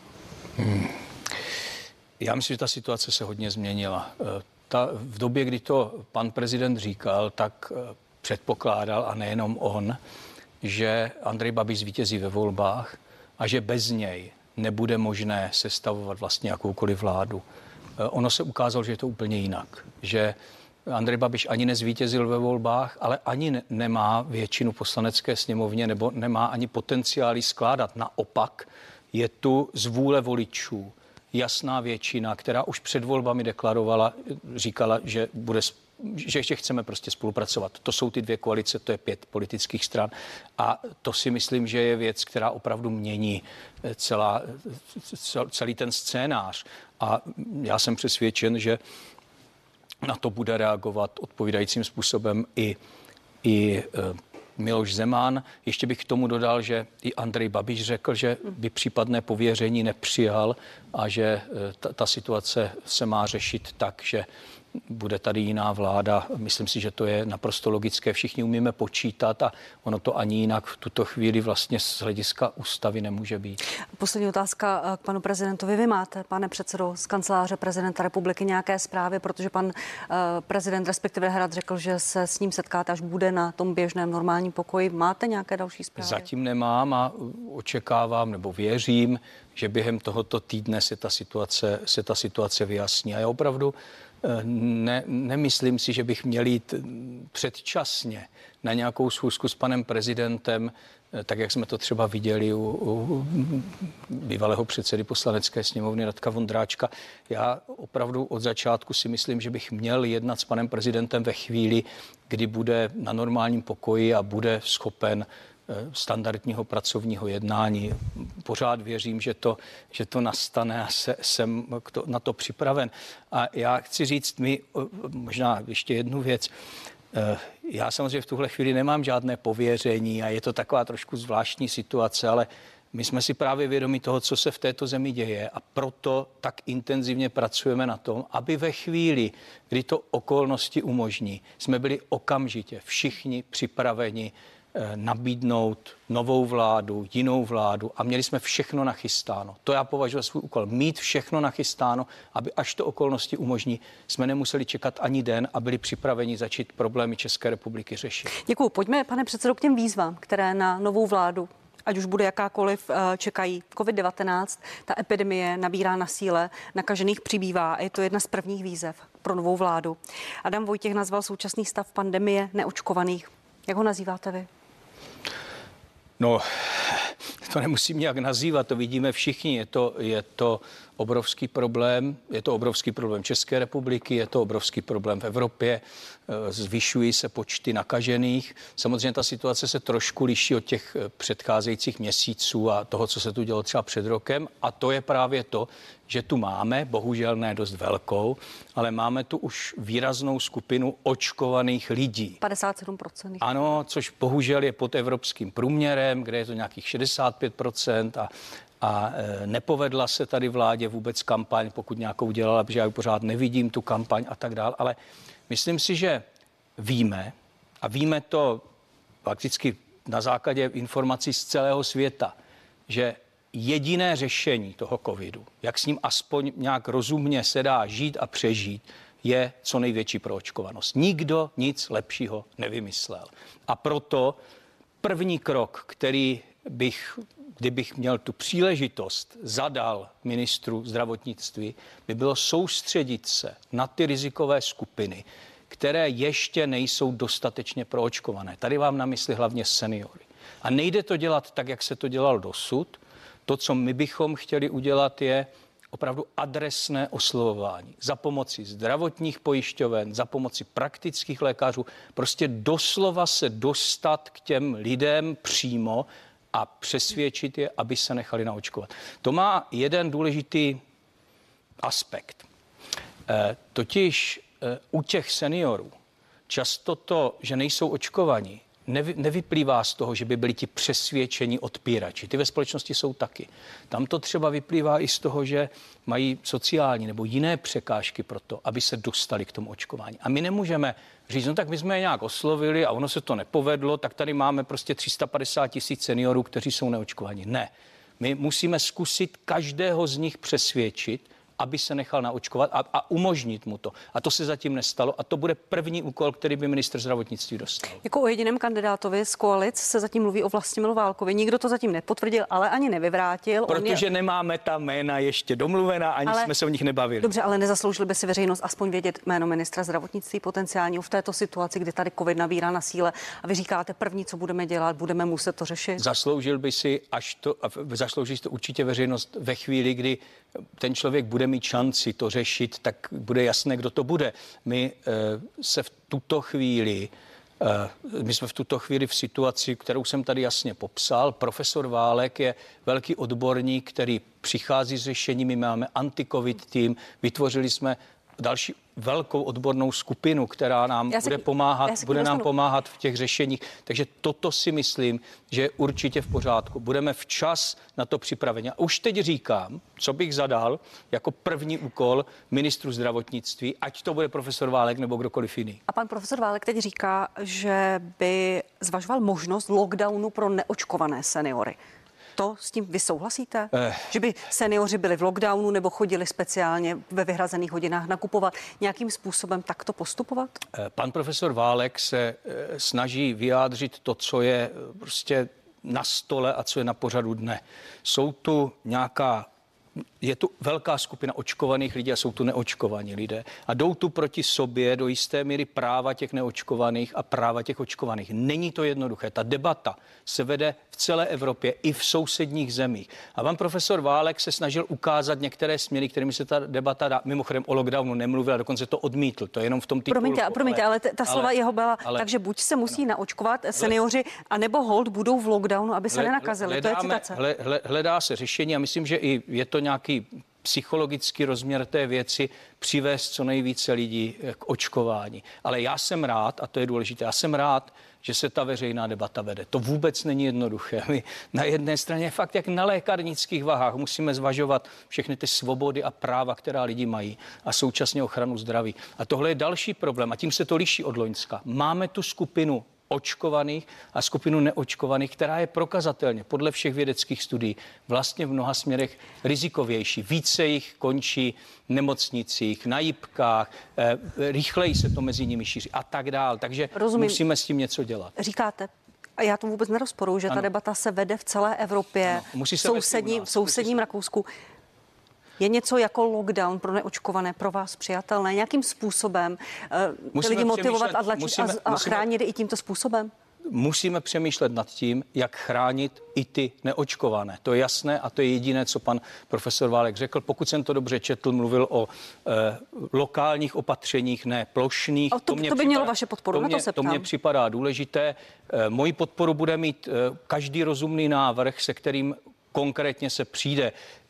Já myslím, že ta situace se hodně změnila. V době, kdy to pan prezident říkal, tak předpokládal, a nejenom on, že Andrej Babiš zvítězí ve volbách a že bez něj nebude možné sestavovat vlastně jakoukoliv vládu. Ono se ukázalo, že je to úplně jinak. Že Andrej Babiš ani nezvítězil ve volbách, ale ani nemá většinu poslanecké sněmovně nebo nemá ani potenciály skládat. Naopak je tu z vůle voličů jasná většina, která už před volbami deklarovala, říkala, že ještě chceme prostě spolupracovat. To jsou ty dvě koalice, to je 5 politických stran. A to si myslím, že je věc, která opravdu mění celý ten scénář. A já jsem přesvědčen, že na to bude reagovat odpovídajícím způsobem i Miloš Zeman. Ještě bych k tomu dodal, že i Andrej Babiš řekl, že by případné pověření nepřijal a že ta situace se má řešit tak, že bude tady jiná vláda. Myslím si, že to je naprosto logické. Všichni umíme počítat a ono to ani jinak v tuto chvíli vlastně z hlediska ústavy nemůže být. Poslední otázka k panu prezidentovi. Vy máte, pane předsedo, z kanceláře prezidenta republiky nějaké zprávy, protože pan prezident, respektive Hrad, řekl, že se s ním setkáte, až bude na tom běžném normálním pokoji. Máte nějaké další zprávy? Zatím nemám a očekávám nebo věřím, že během tohoto týdne se ta situace vyjasní. A já opravdu nemyslím si, že bych měl jít předčasně na nějakou schůzku s panem prezidentem, tak jak jsme to třeba viděli u bývalého předsedy Poslanecké sněmovny Radka Vondráčka. Já opravdu od začátku si myslím, že bych měl jednat s panem prezidentem ve chvíli, kdy bude na normálním pokoji a bude schopen standardního pracovního jednání. Pořád věřím, že to nastane a jsem na to připraven. A já chci říct možná ještě jednu věc. Já samozřejmě v tuhle chvíli nemám žádné pověření a je to taková trošku zvláštní situace, ale my jsme si právě vědomi toho, co se v této zemi děje a proto tak intenzivně pracujeme na tom, aby ve chvíli, kdy to okolnosti umožní, jsme byli okamžitě všichni připraveni nabídnout novou vládu, jinou vládu a měli jsme všechno nachystáno. To já považuji za svůj úkol. Mít všechno nachystáno, aby až to okolnosti umožní, jsme nemuseli čekat ani den a byli připraveni začít problémy České republiky řešit. Děkuju. Pojďme, pane předsedo, k těm výzvám, které na novou vládu, ať už bude jakákoliv, čekají. COVID-19, ta epidemie nabírá na síle, nakažených přibývá a je to jedna z prvních výzev pro novou vládu. Adam Vojtěch nazval současný stav pandemie neočkovaných. Jak ho nazýváte vy? No, to nemusím nějak nazývat, to vidíme všichni. Je to obrovský problém. Je to obrovský problém České republiky, je to obrovský problém v Evropě. Zvyšují se počty nakažených. Samozřejmě ta situace se trošku liší od těch předcházejících měsíců a toho, co se tu dělo třeba před rokem. A to je právě to, že tu máme, bohužel ne dost velkou, ale máme tu už výraznou skupinu očkovaných lidí. 57%. Ano, což bohužel je pod evropským průměrem, kde je to nějakých 65%. A nepovedla se tady vládě vůbec kampaň, pokud nějakou dělala, protože já pořád nevidím tu kampaň a tak dál. Ale myslím si, že víme, a víme to prakticky na základě informací z celého světa, že jediné řešení toho covidu, jak s ním aspoň nějak rozumně se dá žít a přežít, je co největší proočkovanost. Nikdo nic lepšího nevymyslel. A proto první krok, který kdybych měl tu příležitost, zadal ministru zdravotnictví, by bylo soustředit se na ty rizikové skupiny, které ještě nejsou dostatečně proočkované. Tady mám na mysli hlavně seniory. A nejde to dělat tak, jak se to dělalo dosud. To, co my bychom chtěli udělat, je opravdu adresné oslovování za pomoci zdravotních pojišťoven, za pomoci praktických lékařů, prostě doslova se dostat k těm lidem přímo a přesvědčit je, aby se nechali naočkovat. To má jeden důležitý aspekt. Totiž u těch seniorů často to, že nejsou očkovaní, nevyplývá z toho, že by byli ti přesvědčení odpírači. Ty ve společnosti jsou taky. Tam to třeba vyplývá i z toho, že mají sociální nebo jiné překážky pro to, aby se dostali k tomu očkování. A my nemůžeme říct, no tak my jsme je nějak oslovili a ono se to nepovedlo, tak tady máme prostě 350 000 seniorů, kteří jsou neočkovaní. Ne. My musíme zkusit každého z nich přesvědčit, aby se nechal naočkovat a umožnit mu to. A to se zatím nestalo a to bude první úkol, který by ministr zdravotnictví dostal. Jako o jediném kandidátovi z koalic se zatím mluví o Vlastimilu Válkovi. Nikdo to zatím nepotvrdil, ale ani nevyvrátil. Protože nemáme ta jména ještě domluvená, ani jsme se o nich nebavili. Dobře, ale nezasloužil by si veřejnost aspoň vědět jméno ministra zdravotnictví potenciálního v této situaci, kdy tady covid nabírá na síle a vy říkáte první, co budeme dělat, budeme muset to řešit? Zasloužil by si zaslouží to určitě veřejnost ve chvíli, kdy ten člověk bude mít šanci to řešit, tak bude jasné, kdo to bude. My jsme v tuto chvíli v situaci, kterou jsem tady jasně popsal. Profesor Válek je velký odborník, který přichází s řešeními. Máme anti-covid tým, vytvořili jsme další velkou odbornou skupinu, která nám bude nám pomáhat v těch řešeních. Takže toto si myslím, že je určitě v pořádku. Budeme včas na to připraveni. A už teď říkám, co bych zadal jako první úkol ministru zdravotnictví, ať to bude profesor Válek nebo kdokoliv jiný. A pan profesor Válek teď říká, že by zvažoval možnost lockdownu pro neočkované seniory. To s tím vy souhlasíte? Že by seniori byli v lockdownu nebo chodili speciálně ve vyhrazených hodinách nakupovat, nějakým způsobem takto postupovat? Pan profesor Válek se snaží vyjádřit to, co je prostě na stole a co je na pořadu dne. Je tu velká skupina očkovaných lidí a jsou tu neočkovaní lidé. A jdou tu proti sobě do jisté míry práva těch neočkovaných a práva těch očkovaných. Není to jednoduché. Ta debata se vede v celé Evropě i v sousedních zemích. A pan profesor Válek se snažil ukázat některé směry, kterými se ta debata dá. Mimochodem o lockdownu nemluvil a dokonce to odmítl. To je jenom v tom titulku. Promiňte, ale ta slova jeho byla, takže buď se musí naočkovat seniori, anebo hold budou v lockdownu, aby se nenakazili. To je citace. Hledá se řešení a myslím, že i je to nějaký psychologický rozměr té věci přivést co nejvíce lidí k očkování. Ale já jsem rád, a to je důležité, já jsem rád, že se ta veřejná debata vede. To vůbec není jednoduché. My na jedné straně fakt jak na lékárnických vahách musíme zvažovat všechny ty svobody a práva, která lidi mají a současně ochranu zdraví. A tohle je další problém a tím se to liší od loňska. Máme tu skupinu očkovaných a skupinu neočkovaných, která je prokazatelně podle všech vědeckých studií vlastně v mnoha směrech rizikovější. Více jich končí v nemocnicích, na jipkách, rychleji se to mezi nimi šíří a tak dál. Takže musíme s tím něco dělat. Říkáte, a já to vůbec nerozporuji, že ta debata se vede v celé Evropě, v sousedním Rakousku. Je něco jako lockdown pro neočkované pro vás přijatelné? Nějakým způsobem ty lidi motivovat a tlačit a chránit i tímto způsobem? Musíme přemýšlet nad tím, jak chránit i ty neočkované. To je jasné a to je jediné, co pan profesor Válek řekl. Pokud jsem to dobře četl, mluvil o lokálních opatřeních, ne plošných. To by mělo vaše podporu, na to se ptám. To mně připadá důležité. Moji podporu bude mít každý rozumný návrh, se kterým konkrétně se přijde.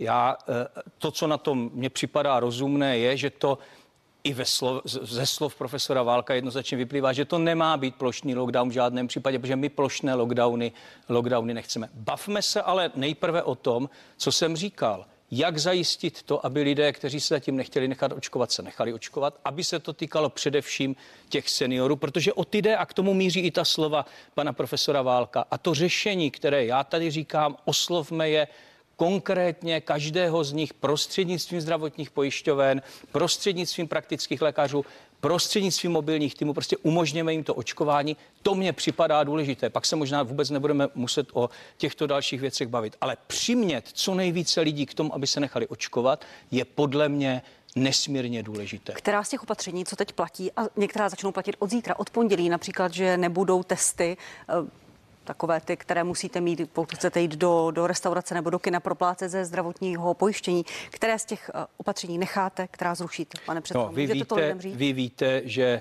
To, co na tom mně připadá rozumné, je, že to i ze slov profesora Válka jednoznačně vyplývá, že to nemá být plošný lockdown v žádném případě, protože my plošné lockdowny nechceme. Bavme se ale nejprve o tom, co jsem říkal. Jak zajistit to, aby lidé, kteří se zatím nechtěli nechat očkovat, se nechali očkovat, aby se to týkalo především těch seniorů, protože o ty jde a k tomu míří i ta slova pana profesora Válka. A to řešení, které já tady říkám, oslovme je konkrétně každého z nich prostřednictvím zdravotních pojišťoven, prostřednictvím praktických lékařů, prostřednictvím mobilních týmů, prostě umožněme jim to očkování. To mně připadá důležité. Pak se možná vůbec nebudeme muset o těchto dalších věcech bavit. Ale přimět co nejvíce lidí k tomu, aby se nechali očkovat, je podle mě nesmírně důležité. Která z těch opatření, co teď platí, a některá začnou platit od zítra, od pondělí, například, že nebudou testy, takové ty, které musíte mít, pokud chcete jít do restaurace nebo do kina, proplácet ze zdravotního pojištění. Které z těch opatření necháte, která zrušíte, pane předsedo? Vy víte, že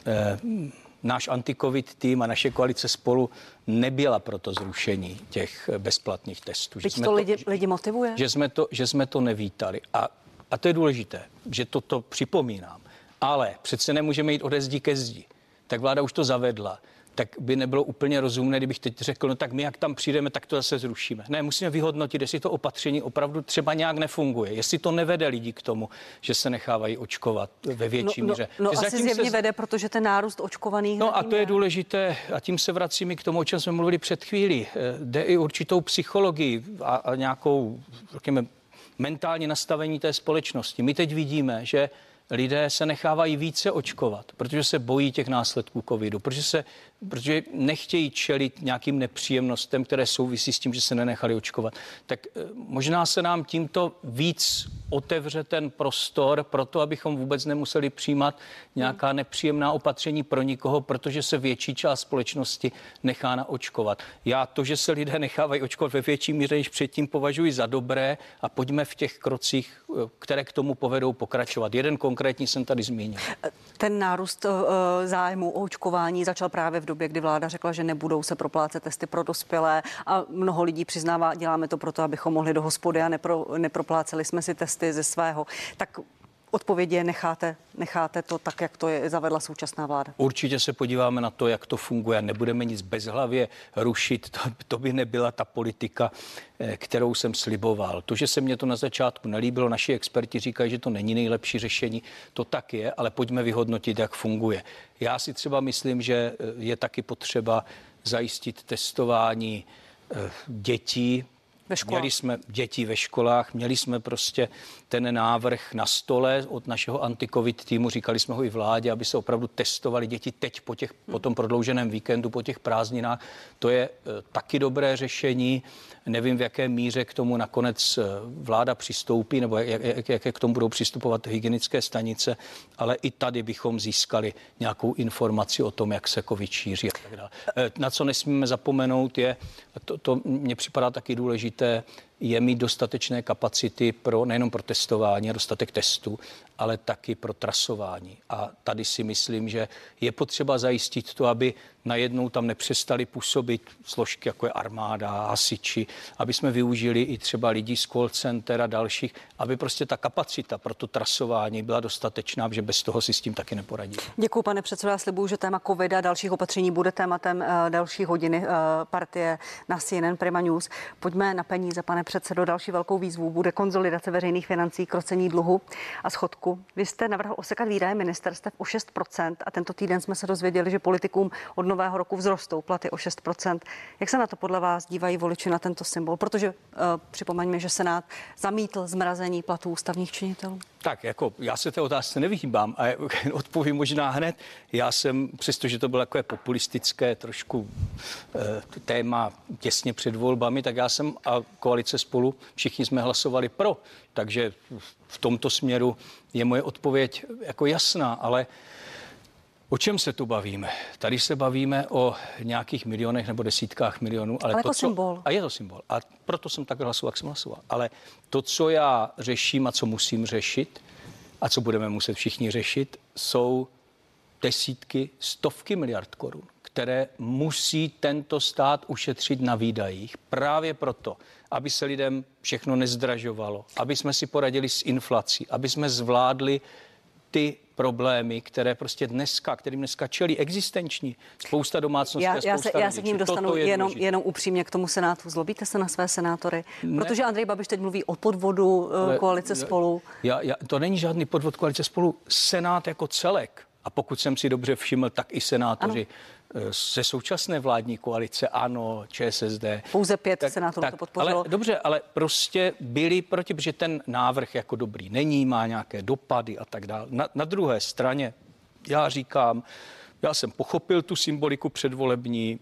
náš anti-covid tým a naše koalice Spolu nebyla pro to zrušení těch bezplatných testů. Teď to lidi motivuje? Že jsme to nevítali. A to je důležité, že toto připomínám. Ale přece nemůžeme jít ode zdi ke zdi. Tak vláda už to zavedla. Tak by nebylo úplně rozumné, kdybych teď řekl, no tak my jak tam přijdeme, tak to zase zrušíme. Ne, musíme vyhodnotit, jestli to opatření opravdu třeba nějak nefunguje, jestli to nevede lidi k tomu, že se nechávají očkovat ve větší míře. No asi zjevně vede, protože ten nárůst očkovaných... No a to je důležité a tím se vracíme k tomu, o čem jsme mluvili před chvílí. Jde i určitou psychologii a nějakou, řekněme, mentální nastavení té společnosti. My teď vidíme, že lidé se nechávají více očkovat, protože se bojí těch následků covidu, protože nechtějí čelit nějakým nepříjemnostem, které souvisí s tím, že se nenechali očkovat. Tak možná se nám tímto víc otevře ten prostor pro to, abychom vůbec nemuseli přijímat nějaká nepříjemná opatření pro nikoho, protože se větší část společnosti nechá naočkovat. Já to, že se lidé nechávají očkovat ve větší míře než předtím, považuji za dobré a pojďme v těch krocích, které k tomu povedou, pokračovat. Jeden konkrétní jsem tady zmínil. Ten nárůst zájmu o očkování začal právě v době, kdy vláda řekla, že nebudou se proplácet testy pro dospělé a mnoho lidí přiznává, děláme to proto, abychom mohli do hospody a nepropláceli jsme si testy ze svého. Tak odpověď je, necháte to tak, jak to je zavedla současná vláda. Určitě se podíváme na to, jak to funguje. Nebudeme nic bezhlavě rušit. To by nebyla ta politika, kterou jsem sliboval. To, že se mně to na začátku nelíbilo, naši experti říkají, že to není nejlepší řešení. To tak je, ale pojďme vyhodnotit, jak funguje. Já si třeba myslím, že je taky potřeba zajistit testování dětí. Měli jsme děti ve školách, měli jsme prostě ten návrh na stole od našeho anti-covid týmu, říkali jsme ho i vládě, aby se opravdu testovali děti teď po tom prodlouženém víkendu, po těch prázdninách. To je taky dobré řešení. Nevím, v jaké míře k tomu nakonec vláda přistoupí, nebo jak k tomu budou přistupovat hygienické stanice, ale i tady bychom získali nějakou informaci o tom, jak se covid šíří a tak dále. Na co nesmíme zapomenout je, to mně připadá taky důležité, je mít dostatečné kapacity nejenom pro testování a dostatek testů, ale taky pro trasování. A tady si myslím, že je potřeba zajistit to, aby najednou tam nepřestali působit složky, jako je armáda, hasiči, aby jsme využili i třeba lidí z call center a dalších, aby prostě ta kapacita pro to trasování byla dostatečná, že bez toho si s tím taky neporadí. Děkuji, pane předsedo. Já slibuju, že téma covid a dalších opatření bude tématem další hodiny partie na CNN Prima News. Pojďme na peníze, pane předsedo. Další velkou výzvou bude konsolidace veřejných financí, krocení dluhu a schodku. Vy jste navrhl osekat výdaje ministerstev o 6% a tento týden jsme se dozvěděli, že politikům od nového roku vzrostou platy o 6%. Jak se na to podle vás dívají voliči na tento symbol? Protože připomeňme, že Senát zamítl zmrazení platů ústavních činitelů. Tak, jako já se té otázce nevyhýbám a odpovím možná hned. Já jsem, přestože to bylo takové populistické trošku téma těsně před volbami, tak já jsem a koalice Spolu, všichni jsme hlasovali pro. Takže v tomto směru je moje odpověď jako jasná, ale o čem se tu bavíme? Tady se bavíme o nějakých milionech nebo desítkách milionů. Ale jako symbol. A je to symbol. A proto jsem tak hlasoval, jak jsem hlasoval. Ale to, co já řeším a co musím řešit a co budeme muset všichni řešit, jsou desítky, stovky miliard korun, které musí tento stát ušetřit na výdajích právě proto, aby se lidem všechno nezdražovalo, aby jsme si poradili s inflací, aby jsme zvládli ty problémy, kterým dneska čelí existenční. Spousta domácností a spousta Já se k ním dostanu jenom upřímně k tomu Senátu. Zlobíte se na své senátory? Ne. Protože Andrej Babiš teď mluví o podvodu koalice Spolu. To není žádný podvod koalice Spolu. Senát jako celek. A pokud jsem si dobře všiml, tak i senátoři ze současné vládní koalice, ANO, ČSSD. Pouze 5 senátorů to podpořilo. Ale dobře, ale prostě byli proti, protože ten návrh jako dobrý není, má nějaké dopady a tak dále. Na druhé straně já říkám, já jsem pochopil tu symboliku předvolební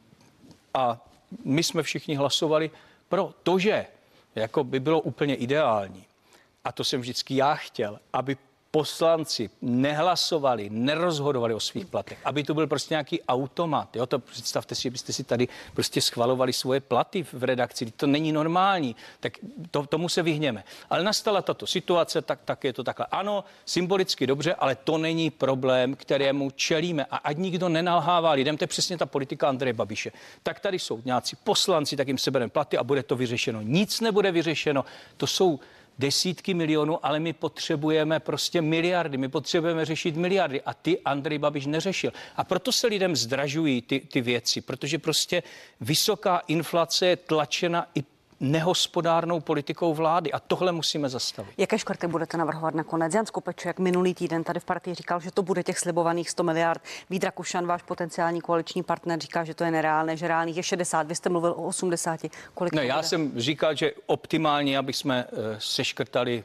a my jsme všichni hlasovali pro to, že jako by bylo úplně ideální. A to jsem vždycky já chtěl, aby poslanci nehlasovali, nerozhodovali o svých platech, aby to byl prostě nějaký automat. Jo, to představte si, že byste si tady prostě schvalovali svoje platy v redakci. To není normální, tak tomu se vyhněme. Ale nastala tato situace, tak je to takhle. Ano, symbolicky dobře, ale to není problém, kterému čelíme. A ať nikdo nenalhává lidem, to je přesně ta politika Andreje Babiše. Tak tady jsou nějací poslanci, tak jim sebereme platy a bude to vyřešeno. Nic nebude vyřešeno. To jsou desítky milionů, ale my potřebujeme prostě miliardy, my potřebujeme řešit miliardy a ty Andrej Babiš neřešil. A proto se lidem zdražují ty věci, protože prostě vysoká inflace je tlačena i nehospodárnou politikou vlády a tohle musíme zastavit. Jaké škrty budete navrhovat nakonec? Jan Skopeček minulý týden tady v partii říkal, že to bude těch slibovaných 100 miliard. Vít Rakušan, váš potenciální koaliční partner, říká, že to je nereálné, že reálných je 60. Vy jste mluvil o 80. Kolik Ne, já jsem říkal, že optimálně, aby jsme seškrtali,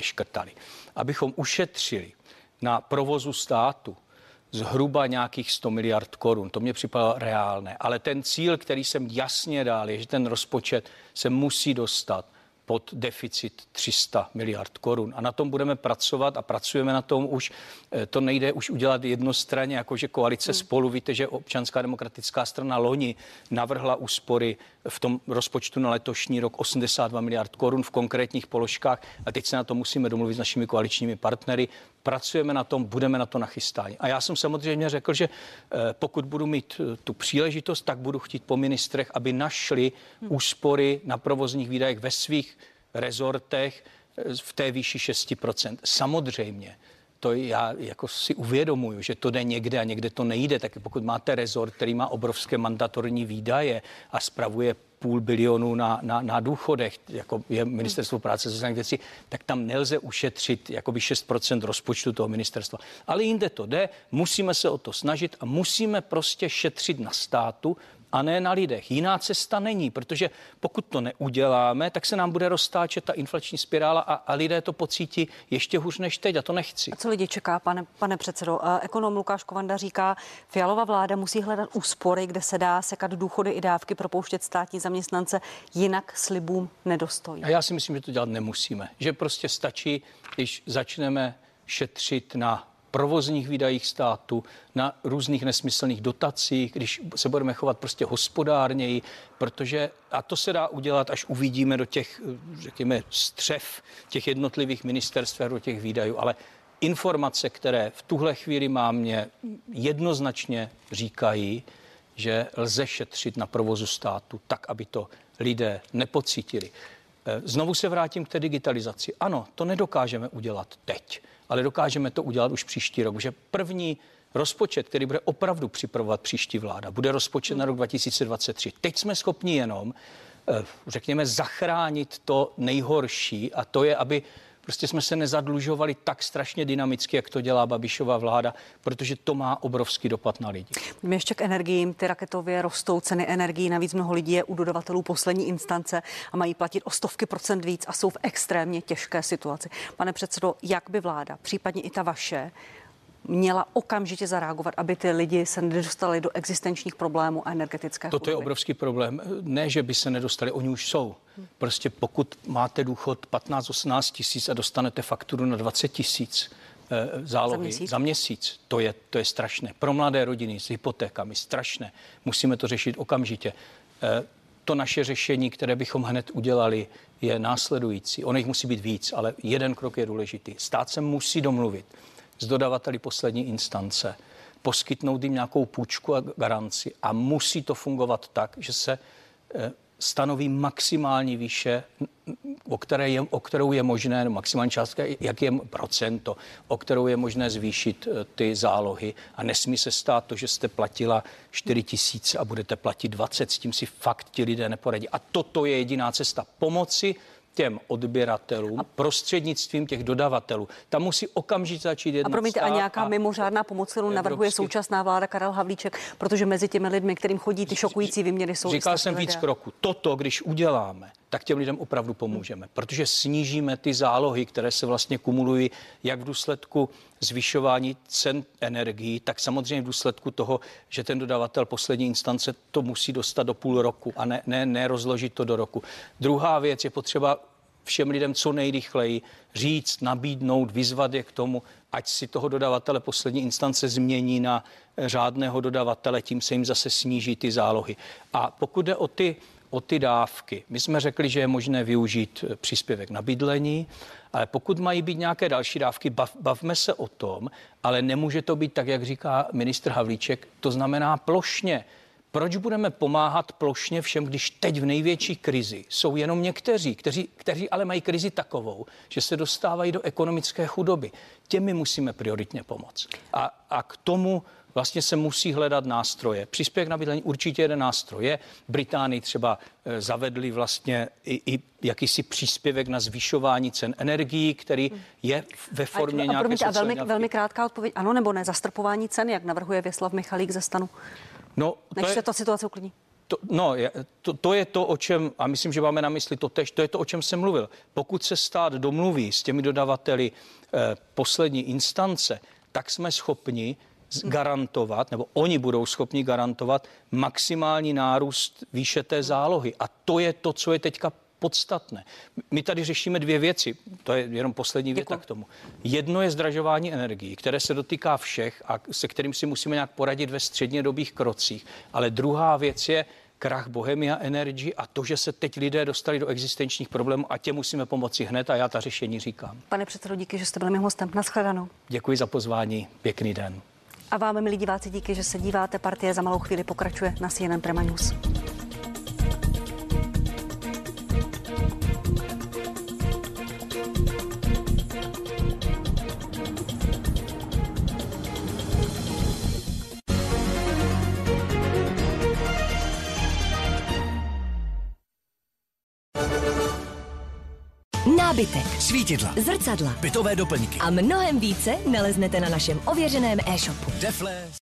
abychom ušetřili na provozu státu zhruba nějakých 100 miliard korun. To mě připadalo reálné. Ale ten cíl, který jsem jasně dal, je, že ten rozpočet se musí dostat pod deficit 300 miliard korun. A na tom budeme pracovat a pracujeme na tom už. To nejde už udělat jednostranně, jakože koalice Spolu. Víte, že Občanská demokratická strana loni navrhla úspory v tom rozpočtu na letošní rok 82 miliard korun v konkrétních položkách a teď se na to musíme domluvit s našimi koaličními partnery. Pracujeme na tom, budeme na to nachystáni. A já jsem samozřejmě řekl, že pokud budu mít tu příležitost, tak budu chtít po ministrech, aby našli úspory na provozních výdajích ve svých rezortech v té výši 6%. Samozřejmě, to já jako si uvědomuju, že to jde někde a někde to nejde. Tak pokud máte rezort, který má obrovské mandatorní výdaje a spravuje 500 milionu na důchodech, jako je Ministerstvo práce a sociálních věcí, tak tam nelze ušetřit jakoby 6% rozpočtu toho ministerstva. Ale jinde to jde, musíme se o to snažit a musíme prostě šetřit na státu a ne na lidech. Jiná cesta není, protože pokud to neuděláme, tak se nám bude roztáčet ta inflační spirála a lidé to pocítí ještě hůř než teď a to nechci. A co lidi čeká, pane předsedo? Ekonom Lukáš Kovanda říká, Fialova vláda musí hledat úspory, kde se dá sekat důchody i dávky, propouštět státní zaměstnance, jinak slibům nedostojí. A já si myslím, že to dělat nemusíme. Že prostě stačí, když začneme šetřit na provozních výdajích státu, na různých nesmyslných dotacích, když se budeme chovat prostě hospodárněji, protože, a to se dá udělat, až uvidíme do těch, řekněme, střev těch jednotlivých ministerstv, do těch výdajů, ale informace, které v tuhle chvíli mám, mě jednoznačně říkají, že lze šetřit na provozu státu tak, aby to lidé nepocítili. Znovu se vrátím k té digitalizaci. Ano, to nedokážeme udělat teď, ale dokážeme to udělat už příští rok, že první rozpočet, který bude opravdu připravovat příští vláda, bude rozpočet na rok 2023. Teď jsme schopni jenom, řekněme, zachránit to nejhorší a to je, aby prostě jsme se nezadlužovali tak strašně dynamicky, jak to dělá Babišova vláda, protože to má obrovský dopad na lidi. Pojďme ještě k energiím. Ty raketově rostou ceny energií. Navíc mnoho lidí je u dodavatelů poslední instance a mají platit o stovky procent víc a jsou v extrémně těžké situaci. Pane předsedo, jak by vláda, případně i ta vaše, měla okamžitě zareagovat, aby ty lidi se nedostali do existenčních problémů a energetické chudoby? Toto je obrovský problém. Ne, že by se nedostali, oni už jsou. Prostě pokud máte důchod 15-18 tisíc a dostanete fakturu na 20 tisíc zálohy za měsíc, to je strašné. Pro mladé rodiny s hypotékami strašné. Musíme to řešit okamžitě. To naše řešení, které bychom hned udělali, je následující. Ono jich musí být víc, ale jeden krok je důležitý. Stát se musí domluvit s dodavateli poslední instance, poskytnout jim nějakou půjčku a garanci a musí to fungovat tak, že se stanoví maximální výše, o kterou je možné, maximální částka, jak je procento, o kterou je možné zvýšit ty zálohy a nesmí se stát to, že jste platila 4 tisíce a budete platit 20, s tím si fakt ti lidé neporadí. A toto je jediná cesta pomoci těm odběratelům prostřednictvím těch dodavatelů. Tam musí okamžitě začít jednat. A promiňte, a nějaká mimořádná pomoc, kterou navrhuje současná vláda Karel Havlíček, protože mezi těmi lidmi, kterým chodí ty šokující výměry, jsou. Říkal jsem víc kroků. Toto, když uděláme, tak těm lidem opravdu pomůžeme, protože snížíme ty zálohy, které se vlastně kumulují jak v důsledku zvyšování cen energií, tak samozřejmě v důsledku toho, že ten dodavatel poslední instance to musí dostat do půl roku a ne rozložit to do roku. Druhá věc je potřeba všem lidem co nejrychleji říct, nabídnout, vyzvat je k tomu, ať si toho dodavatele poslední instance změní na řádného dodavatele, tím se jim zase sníží ty zálohy. A pokud jde o ty dávky, my jsme řekli, že je možné využít příspěvek na bydlení, ale pokud mají být nějaké další dávky, bavme se o tom, ale nemůže to být tak, jak říká ministr Havlíček, to znamená plošně. Proč budeme pomáhat plošně všem, když teď v největší krizi jsou jenom někteří, kteří ale mají krizi takovou, že se dostávají do ekonomické chudoby. Těm my musíme prioritně pomoct. A k tomu vlastně se musí hledat nástroje. Příspěvek na bydlení určitě jeden nástroj je. V Británii třeba zavedli vlastně i jakýsi příspěvek na zvyšování cen energií, který je ve formě nějaké sociální... A velmi krátká odpověď, ano nebo ne, zastropování cen, jak navrhuje Věslav Michalík ze STANu? No, než se ta situace uklidní. To je to, o čem, a myslím, že máme na mysli to je to, o čem jsem mluvil. Pokud se stát domluví s těmi dodavateli poslední instance, tak jsme schopni garantovat, nebo oni budou schopni garantovat maximální nárůst výše té zálohy. A to je to, co je teďka podstatné. My tady řešíme dvě věci, to je jenom poslední věta k tomu. Jedno je zdražování energií, které se dotýká všech a se kterým si musíme nějak poradit ve střednědobých krocích. Ale druhá věc je krach Bohemia Energy a to, že se teď lidé dostali do existenčních problémů a těm musíme pomoci hned a já ta řešení říkám. Pane předsedo, díky, že jste byl mým hostem. Naschledanou. Děkuji za pozvání, pěkný den. A vám, milí diváci, díky, že se díváte. Partie za malou chvíli pokračuje na CNN Prima News. Nábytek, svítidla, zrcadla, bytové doplňky a mnohem více naleznete na našem ověřeném e-shopu. Defle.